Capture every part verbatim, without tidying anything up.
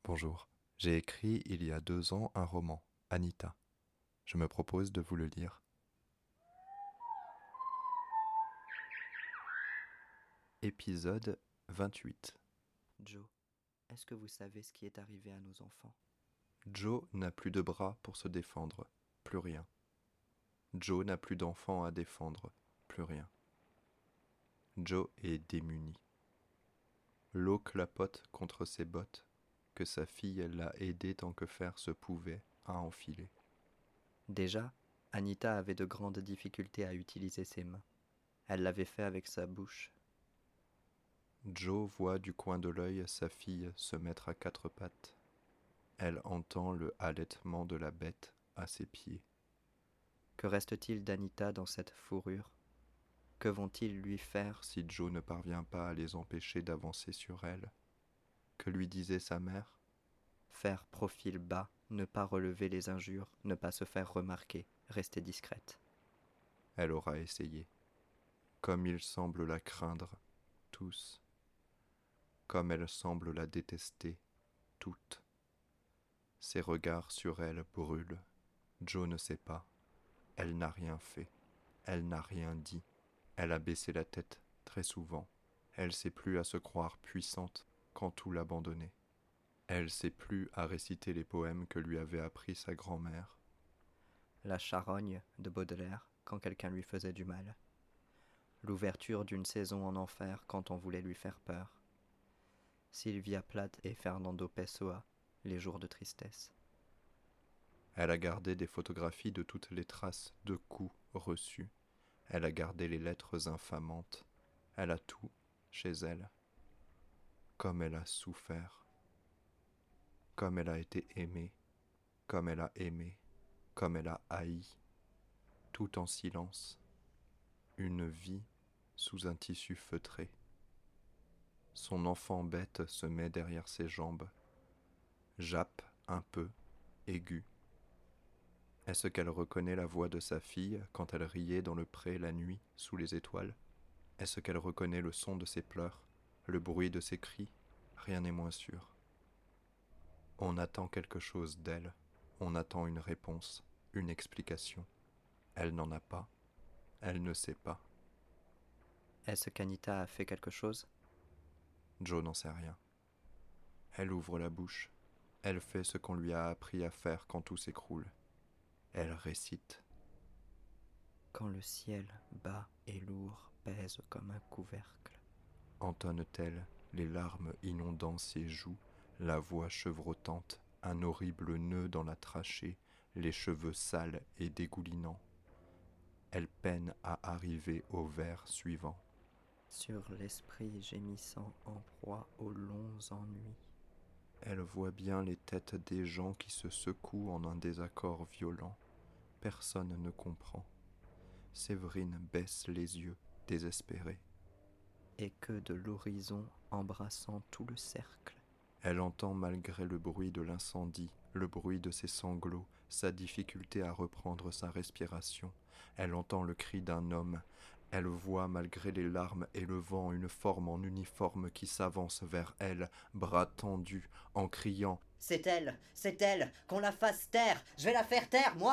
Bonjour, j'ai écrit il y a deux ans un roman, Anita. Je me propose de vous le lire. Épisode vingt-huit. Joe, est-ce que vous savez ce qui est arrivé à nos enfants? Joe n'a plus de bras pour se défendre, plus rien. Joe n'a plus d'enfants à défendre, plus rien. Joe est démuni. L'eau clapote contre ses bottes, que sa fille l'a aidé tant que faire se pouvait à enfiler. Déjà, Anita avait de grandes difficultés à utiliser ses mains. Elle l'avait fait avec sa bouche. Joe voit du coin de l'œil sa fille se mettre à quatre pattes. Elle entend le halètement de la bête à ses pieds. Que reste-t-il d'Anita dans cette fourrure? Que vont-ils lui faire? Si Joe ne parvient pas à les empêcher d'avancer sur elle, que lui disait sa mère? Faire profil bas, ne pas relever les injures, ne pas se faire remarquer, rester discrète. Elle aura essayé. Comme ils semblent la craindre, tous. Comme elle semble la détester, toutes. Ses regards sur elle brûlent. Joe ne sait pas. Elle n'a rien fait. Elle n'a rien dit. Elle a baissé la tête très souvent. Elle sait plus à se croire puissante quand tout l'abandonnait. Elle sait plus à réciter les poèmes que lui avait appris sa grand-mère. La charogne de Baudelaire quand quelqu'un lui faisait du mal. L'ouverture d'une saison en enfer quand on voulait lui faire peur. Sylvia Plath et Fernando Pessoa, les jours de tristesse. Elle a gardé des photographies de toutes les traces de coups reçus. Elle a gardé les lettres infamantes. Elle a tout chez elle. Comme elle a souffert. Comme elle a été aimée. Comme elle a aimé. Comme elle a haï. Tout en silence. Une vie sous un tissu feutré. Son enfant bête se met derrière ses jambes. Jappe un peu, aiguë. Est-ce qu'elle reconnaît la voix de sa fille quand elle riait dans le pré la nuit sous les étoiles? Est-ce qu'elle reconnaît le son de ses pleurs, le bruit de ses cris? Rien n'est moins sûr. On attend quelque chose d'elle, on attend une réponse, une explication. Elle n'en a pas, elle ne sait pas. Est-ce qu'Anita a fait quelque chose? Joe n'en sait rien. Elle ouvre la bouche, elle fait ce qu'on lui a appris à faire quand tout s'écroule. Elle récite. Quand le ciel bas et lourd pèse comme un couvercle. Entonne-t-elle, les larmes inondant ses joues, la voix chevrotante, un horrible nœud dans la trachée, les cheveux sales et dégoulinants. Elle peine à arriver au vers suivant. Sur l'esprit gémissant en proie aux longs ennuis. Elle voit bien les têtes des gens qui se secouent en un désaccord violent. Personne ne comprend. Séverine baisse les yeux, désespérée. Et que de l'horizon embrassant tout le cercle. Elle entend malgré le bruit de l'incendie, le bruit de ses sanglots, sa difficulté à reprendre sa respiration. Elle entend le cri d'un homme. Elle voit malgré les larmes et le vent une forme en uniforme qui s'avance vers elle, bras tendus, en criant « C'est elle, c'est elle, qu'on la fasse taire, je vais la faire taire, moi !»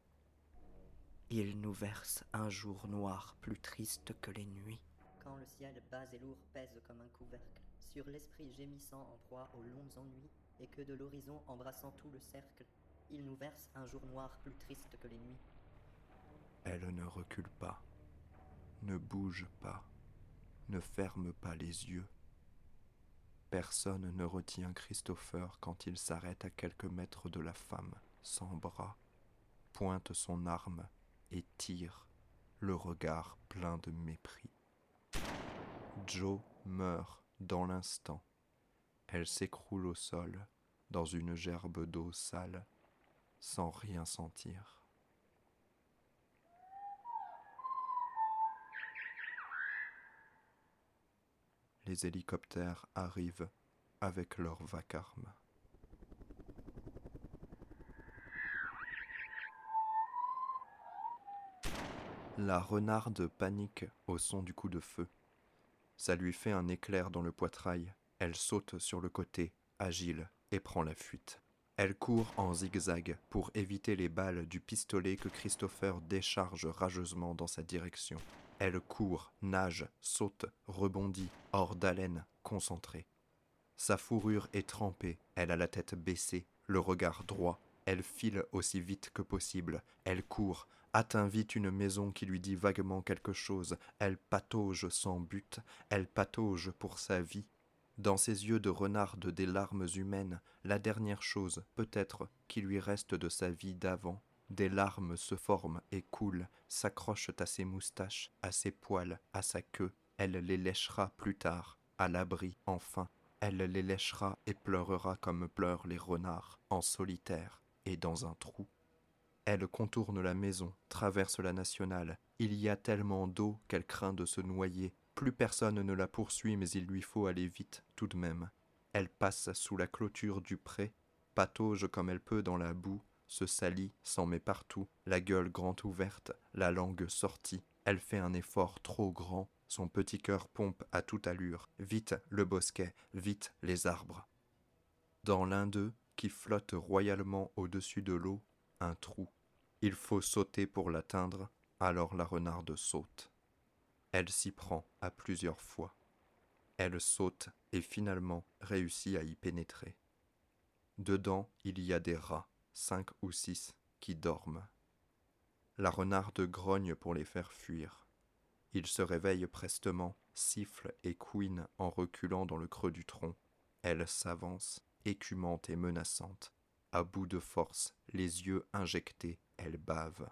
Il nous verse un jour noir plus triste que les nuits. Quand le ciel bas et lourd pèse comme un couvercle, sur l'esprit gémissant en proie aux longs ennuis, et que de l'horizon embrassant tout le cercle, il nous verse un jour noir plus triste que les nuits. Elle ne recule pas, ne bouge pas, ne ferme pas les yeux. Personne ne retient Christopher quand il s'arrête à quelques mètres de la femme, sans bras, pointe son arme et tire, le regard plein de mépris. Joe meurt dans l'instant. Elle s'écroule au sol, dans une gerbe d'eau sale, sans rien sentir. Les hélicoptères arrivent avec leur vacarme. La renarde panique au son du coup de feu. Ça lui fait un éclair dans le poitrail. Elle saute sur le côté, agile, et prend la fuite. Elle court en zigzag pour éviter les balles du pistolet que Christopher décharge rageusement dans sa direction. Elle court, nage, saute, rebondit, hors d'haleine, concentrée. Sa fourrure est trempée, elle a la tête baissée, le regard droit. Elle file aussi vite que possible. Elle court, atteint vite une maison qui lui dit vaguement quelque chose. Elle patauge sans but, elle patauge pour sa vie. Dans ses yeux de renarde des larmes humaines, la dernière chose, peut-être, qui lui reste de sa vie d'avant. Des larmes se forment et coulent, s'accrochent à ses moustaches, à ses poils, à sa queue. Elle les léchera plus tard, à l'abri, enfin. Elle les léchera et pleurera comme pleurent les renards, en solitaire et dans un trou. Elle contourne la maison, traverse la nationale. Il y a tellement d'eau qu'elle craint de se noyer. Plus personne ne la poursuit, mais il lui faut aller vite tout de même. Elle passe sous la clôture du pré, patauge comme elle peut dans la boue, se salit, s'en met partout, la gueule grand ouverte, la langue sortie. Elle fait un effort trop grand, son petit cœur pompe à toute allure. Vite le bosquet, vite les arbres. Dans l'un d'eux, qui flotte royalement au-dessus de l'eau, un trou. Il faut sauter pour l'atteindre, alors la renarde saute. Elle s'y prend à plusieurs fois. Elle saute et finalement réussit à y pénétrer. Dedans, il y a des rats, cinq ou six, qui dorment. La renarde grogne pour les faire fuir. Ils se réveillent prestement, sifflent et couinent en reculant dans le creux du tronc. Elle s'avance, écumante et menaçante. À bout de force, les yeux injectés, elle bave.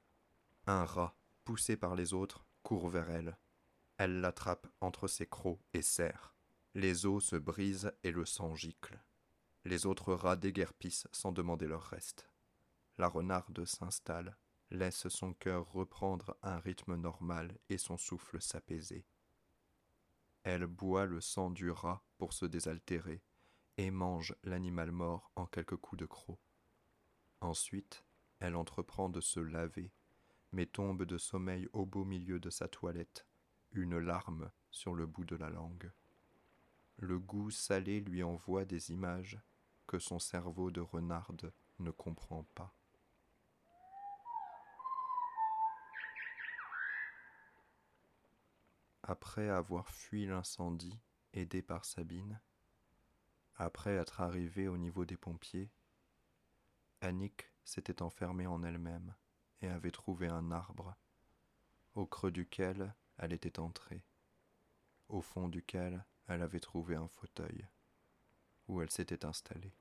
Un rat, poussé par les autres, court vers elle. Elle l'attrape entre ses crocs et serre. Les os se brisent et le sang gicle. Les autres rats déguerpissent sans demander leur reste. La renarde s'installe, laisse son cœur reprendre un rythme normal et son souffle s'apaiser. Elle boit le sang du rat pour se désaltérer et mange l'animal mort en quelques coups de croc. Ensuite, elle entreprend de se laver, mais tombe de sommeil au beau milieu de sa toilette, une larme sur le bout de la langue. Le goût salé lui envoie des images que son cerveau de renarde ne comprend pas. Après avoir fui l'incendie, aidé par Sabine, après être arrivée au niveau des pompiers, Annick s'était enfermée en elle-même et avait trouvé un arbre, au creux duquel elle était entrée, au fond duquel elle avait trouvé un fauteuil, où elle s'était installée.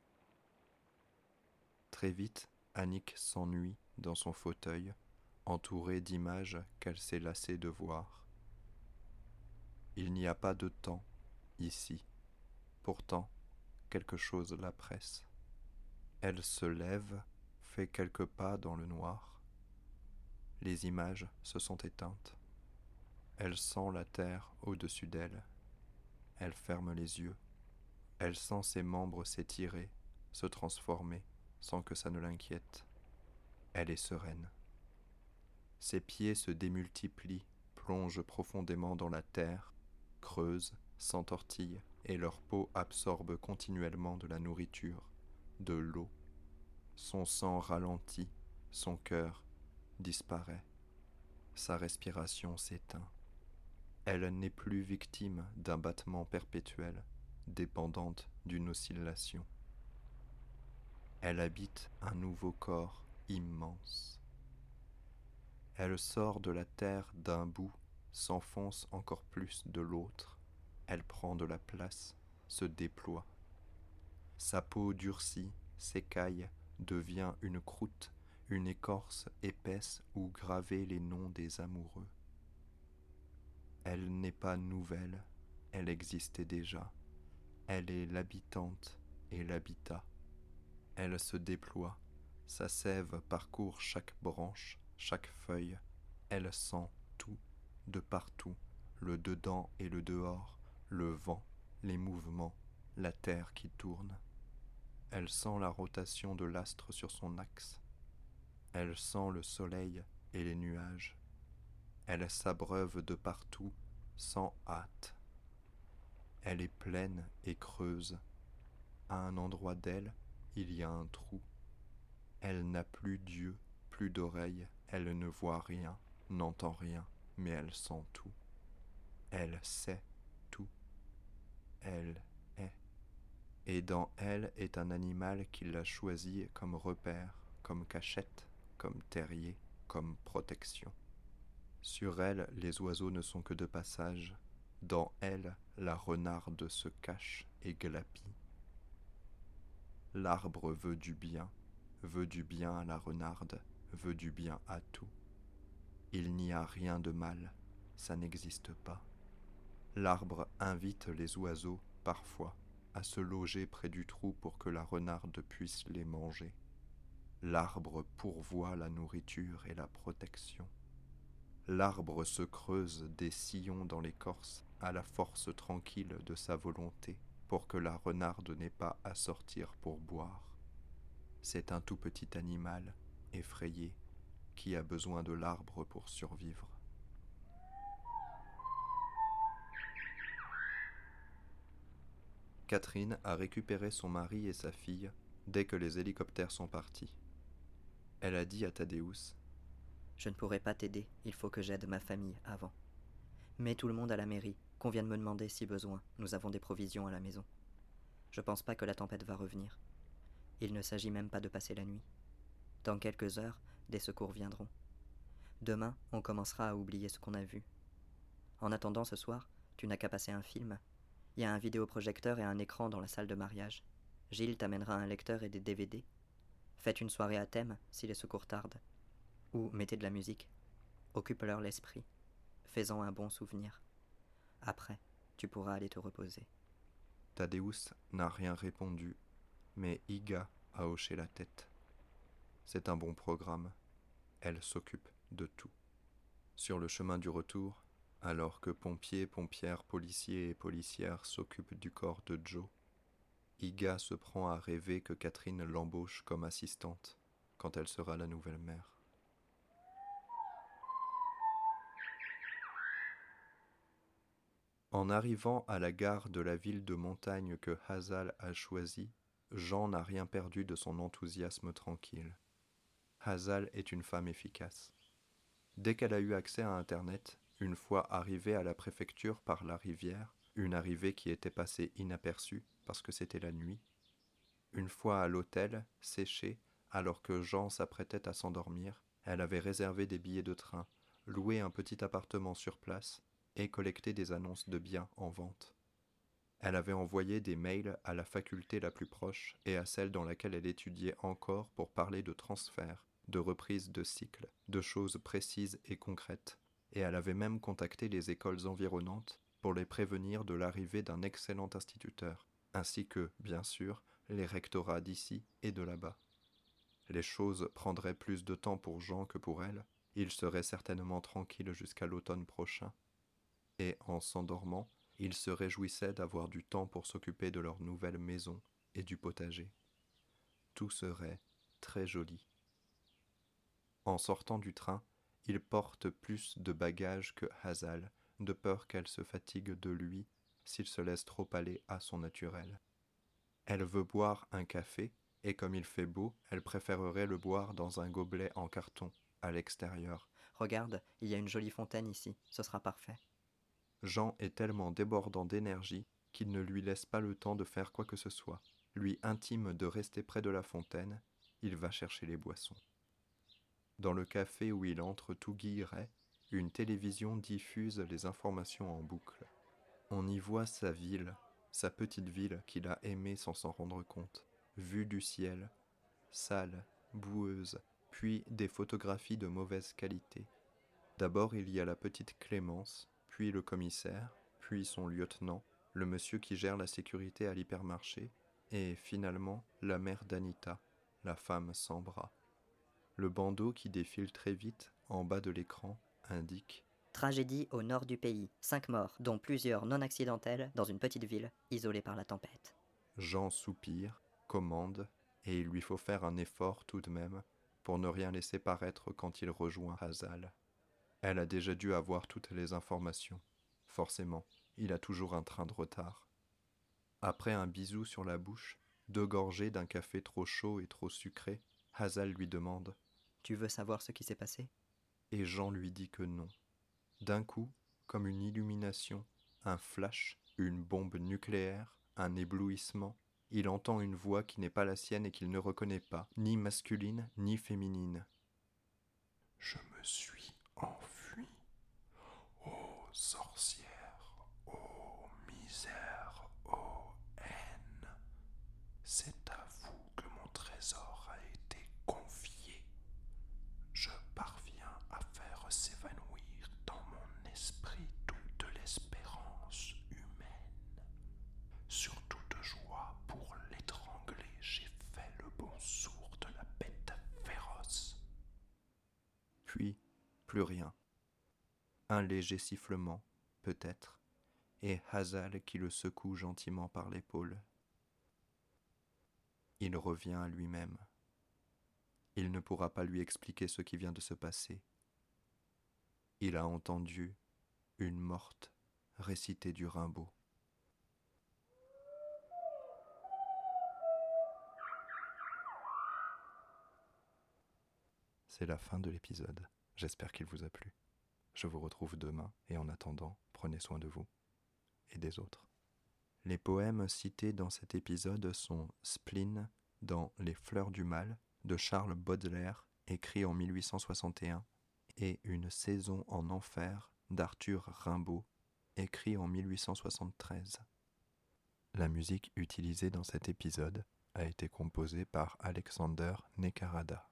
Très vite, Annick s'ennuie dans son fauteuil, entourée d'images qu'elle s'est lassée de voir. Il n'y a pas de temps, ici. Pourtant, quelque chose la presse. Elle se lève, fait quelques pas dans le noir. Les images se sont éteintes. Elle sent la terre au-dessus d'elle. Elle ferme les yeux. Elle sent ses membres s'étirer, se transformer, sans que ça ne l'inquiète. Elle est sereine. Ses pieds se démultiplient, plongent profondément dans la terre, creusent, s'entortillent, et leur peau absorbe continuellement de la nourriture, de l'eau. Son sang ralentit, son cœur disparaît. Sa respiration s'éteint. Elle n'est plus victime d'un battement perpétuel, dépendante d'une oscillation. Elle habite un nouveau corps immense. Elle sort de la terre d'un bout, s'enfonce encore plus de l'autre. Elle prend de la place, se déploie. Sa peau durcit, s'écaille, devient une croûte, une écorce épaisse où graver les noms des amoureux. Elle n'est pas nouvelle, elle existait déjà. Elle est l'habitante et l'habitat. Elle se déploie, sa sève parcourt chaque branche, chaque feuille. Elle sent tout, de partout, le dedans et le dehors, le vent, les mouvements, la terre qui tourne. Elle sent la rotation de l'astre sur son axe. Elle sent le soleil et les nuages. Elle s'abreuve de partout, sans hâte. Elle est pleine et creuse. à un endroit d'elle, il y a un trou. Elle n'a plus d'yeux, plus d'oreilles, elle ne voit rien, n'entend rien, mais elle sent tout. Elle sait tout. Elle est. Et dans elle est un animal qui l'a choisi comme repère, comme cachette, comme terrier, comme protection. Sur elle, les oiseaux ne sont que de passage. Dans elle, la renarde se cache et glapit. L'arbre veut du bien, veut du bien à la renarde, veut du bien à tout. Il n'y a rien de mal, ça n'existe pas. L'arbre invite les oiseaux, parfois, à se loger près du trou pour que la renarde puisse les manger. L'arbre pourvoit la nourriture et la protection. L'arbre se creuse des sillons dans l'écorce à la force tranquille de sa volonté pour que la renarde n'ait pas à sortir pour boire. C'est un tout petit animal, effrayé, qui a besoin de l'arbre pour survivre. Catherine a récupéré son mari et sa fille dès que les hélicoptères sont partis. Elle a dit à Thaddeus : « Je ne pourrai pas t'aider, il faut que j'aide ma famille avant. Mets tout le monde à la mairie, qu'on vienne me demander si besoin, nous avons des provisions à la maison. Je pense pas que la tempête va revenir. Il ne s'agit même pas de passer la nuit. Dans quelques heures, des secours viendront. Demain, on commencera à oublier ce qu'on a vu. En attendant ce soir, tu n'as qu'à passer un film. Il y a un vidéoprojecteur et un écran dans la salle de mariage. Gilles t'amènera un lecteur et des D V D. Faites une soirée à thème si les secours tardent. Ou mettez de la musique. Occupe-leur l'esprit. Fais-en un bon souvenir. Après, tu pourras aller te reposer. » Thaddeus n'a rien répondu, mais Iga a hoché la tête. C'est un bon programme. Elle s'occupe de tout. Sur le chemin du retour, alors que pompiers, pompières, policiers et policières s'occupent du corps de Joe, Iga se prend à rêver que Catherine l'embauche comme assistante quand elle sera la nouvelle mère. En arrivant à la gare de la ville de montagne que Hazal a choisie, Jean n'a rien perdu de son enthousiasme tranquille. Hazal est une femme efficace. Dès qu'elle a eu accès à Internet, une fois arrivée à la préfecture par la rivière, une arrivée qui était passée inaperçue parce que c'était la nuit, une fois à l'hôtel, séchée, alors que Jean s'apprêtait à s'endormir, elle avait réservé des billets de train, loué un petit appartement sur place et collecté des annonces de biens en vente. Elle avait envoyé des mails à la faculté la plus proche et à celle dans laquelle elle étudiait encore pour parler de transfert, de reprise de cycle, de choses précises et concrètes, et elle avait même contacté les écoles environnantes pour les prévenir de l'arrivée d'un excellent instituteur, ainsi que, bien sûr, les rectorats d'ici et de là-bas. Les choses prendraient plus de temps pour Jean que pour elle, il serait certainement tranquille jusqu'à l'automne prochain, et en s'endormant, il se réjouissait d'avoir du temps pour s'occuper de leur nouvelle maison et du potager. Tout serait très joli. En sortant du train, il porte plus de bagages que Hazal, de peur qu'elle se fatigue de lui s'il se laisse trop aller à son naturel. Elle veut boire un café, et comme il fait beau, elle préférerait le boire dans un gobelet en carton, à l'extérieur. « Regarde, il y a une jolie fontaine ici, ce sera parfait. » Jean est tellement débordant d'énergie qu'il ne lui laisse pas le temps de faire quoi que ce soit. Lui intime de rester près de la fontaine, il va chercher les boissons. Dans le café où il entre tout guilleret, une télévision diffuse les informations en boucle. On y voit sa ville, sa petite ville qu'il a aimée sans s'en rendre compte, vue du ciel, sale, boueuse, puis des photographies de mauvaise qualité. D'abord il y a la petite Clémence, puis le commissaire, puis son lieutenant, le monsieur qui gère la sécurité à l'hypermarché, et finalement la mère d'Anita, la femme sans bras. Le bandeau qui défile très vite en bas de l'écran indique « Tragédie au nord du pays, cinq morts, dont plusieurs non accidentelles dans une petite ville isolée par la tempête. » Jean soupire, commande, et il lui faut faire un effort tout de même pour ne rien laisser paraître quand il rejoint Hazal. Elle a déjà dû avoir toutes les informations. Forcément, il a toujours un train de retard. Après un bisou sur la bouche, deux gorgées d'un café trop chaud et trop sucré, Hazal lui demande « Tu veux savoir ce qui s'est passé ?» Et Jean lui dit que non. D'un coup, comme une illumination, un flash, une bombe nucléaire, un éblouissement, il entend une voix qui n'est pas la sienne et qu'il ne reconnaît pas, ni masculine, ni féminine. « Je me suis enfui. Ô sorcière, ô misère, ô haine, c'est à vous que mon trésor a été confié. Je parviens à faire s'évanouir dans mon esprit toute l'espérance humaine. Sur toute joie pour l'étrangler, j'ai fait le bon sourd de la bête féroce. » Puis, plus rien. Un léger sifflement, peut-être, et Hazal qui le secoue gentiment par l'épaule. Il revient à lui-même. Il ne pourra pas lui expliquer ce qui vient de se passer. Il a entendu une morte réciter du Rimbaud. C'est la fin de l'épisode. J'espère qu'il vous a plu. Je vous retrouve demain et en attendant, prenez soin de vous et des autres. Les poèmes cités dans cet épisode sont Spleen dans Les Fleurs du Mal de Charles Baudelaire, écrit en mille huit cent soixante et un, et Une saison en enfer d'Arthur Rimbaud, écrit en mille huit cent soixante-treize. La musique utilisée dans cet épisode a été composée par Alexander Nekarada.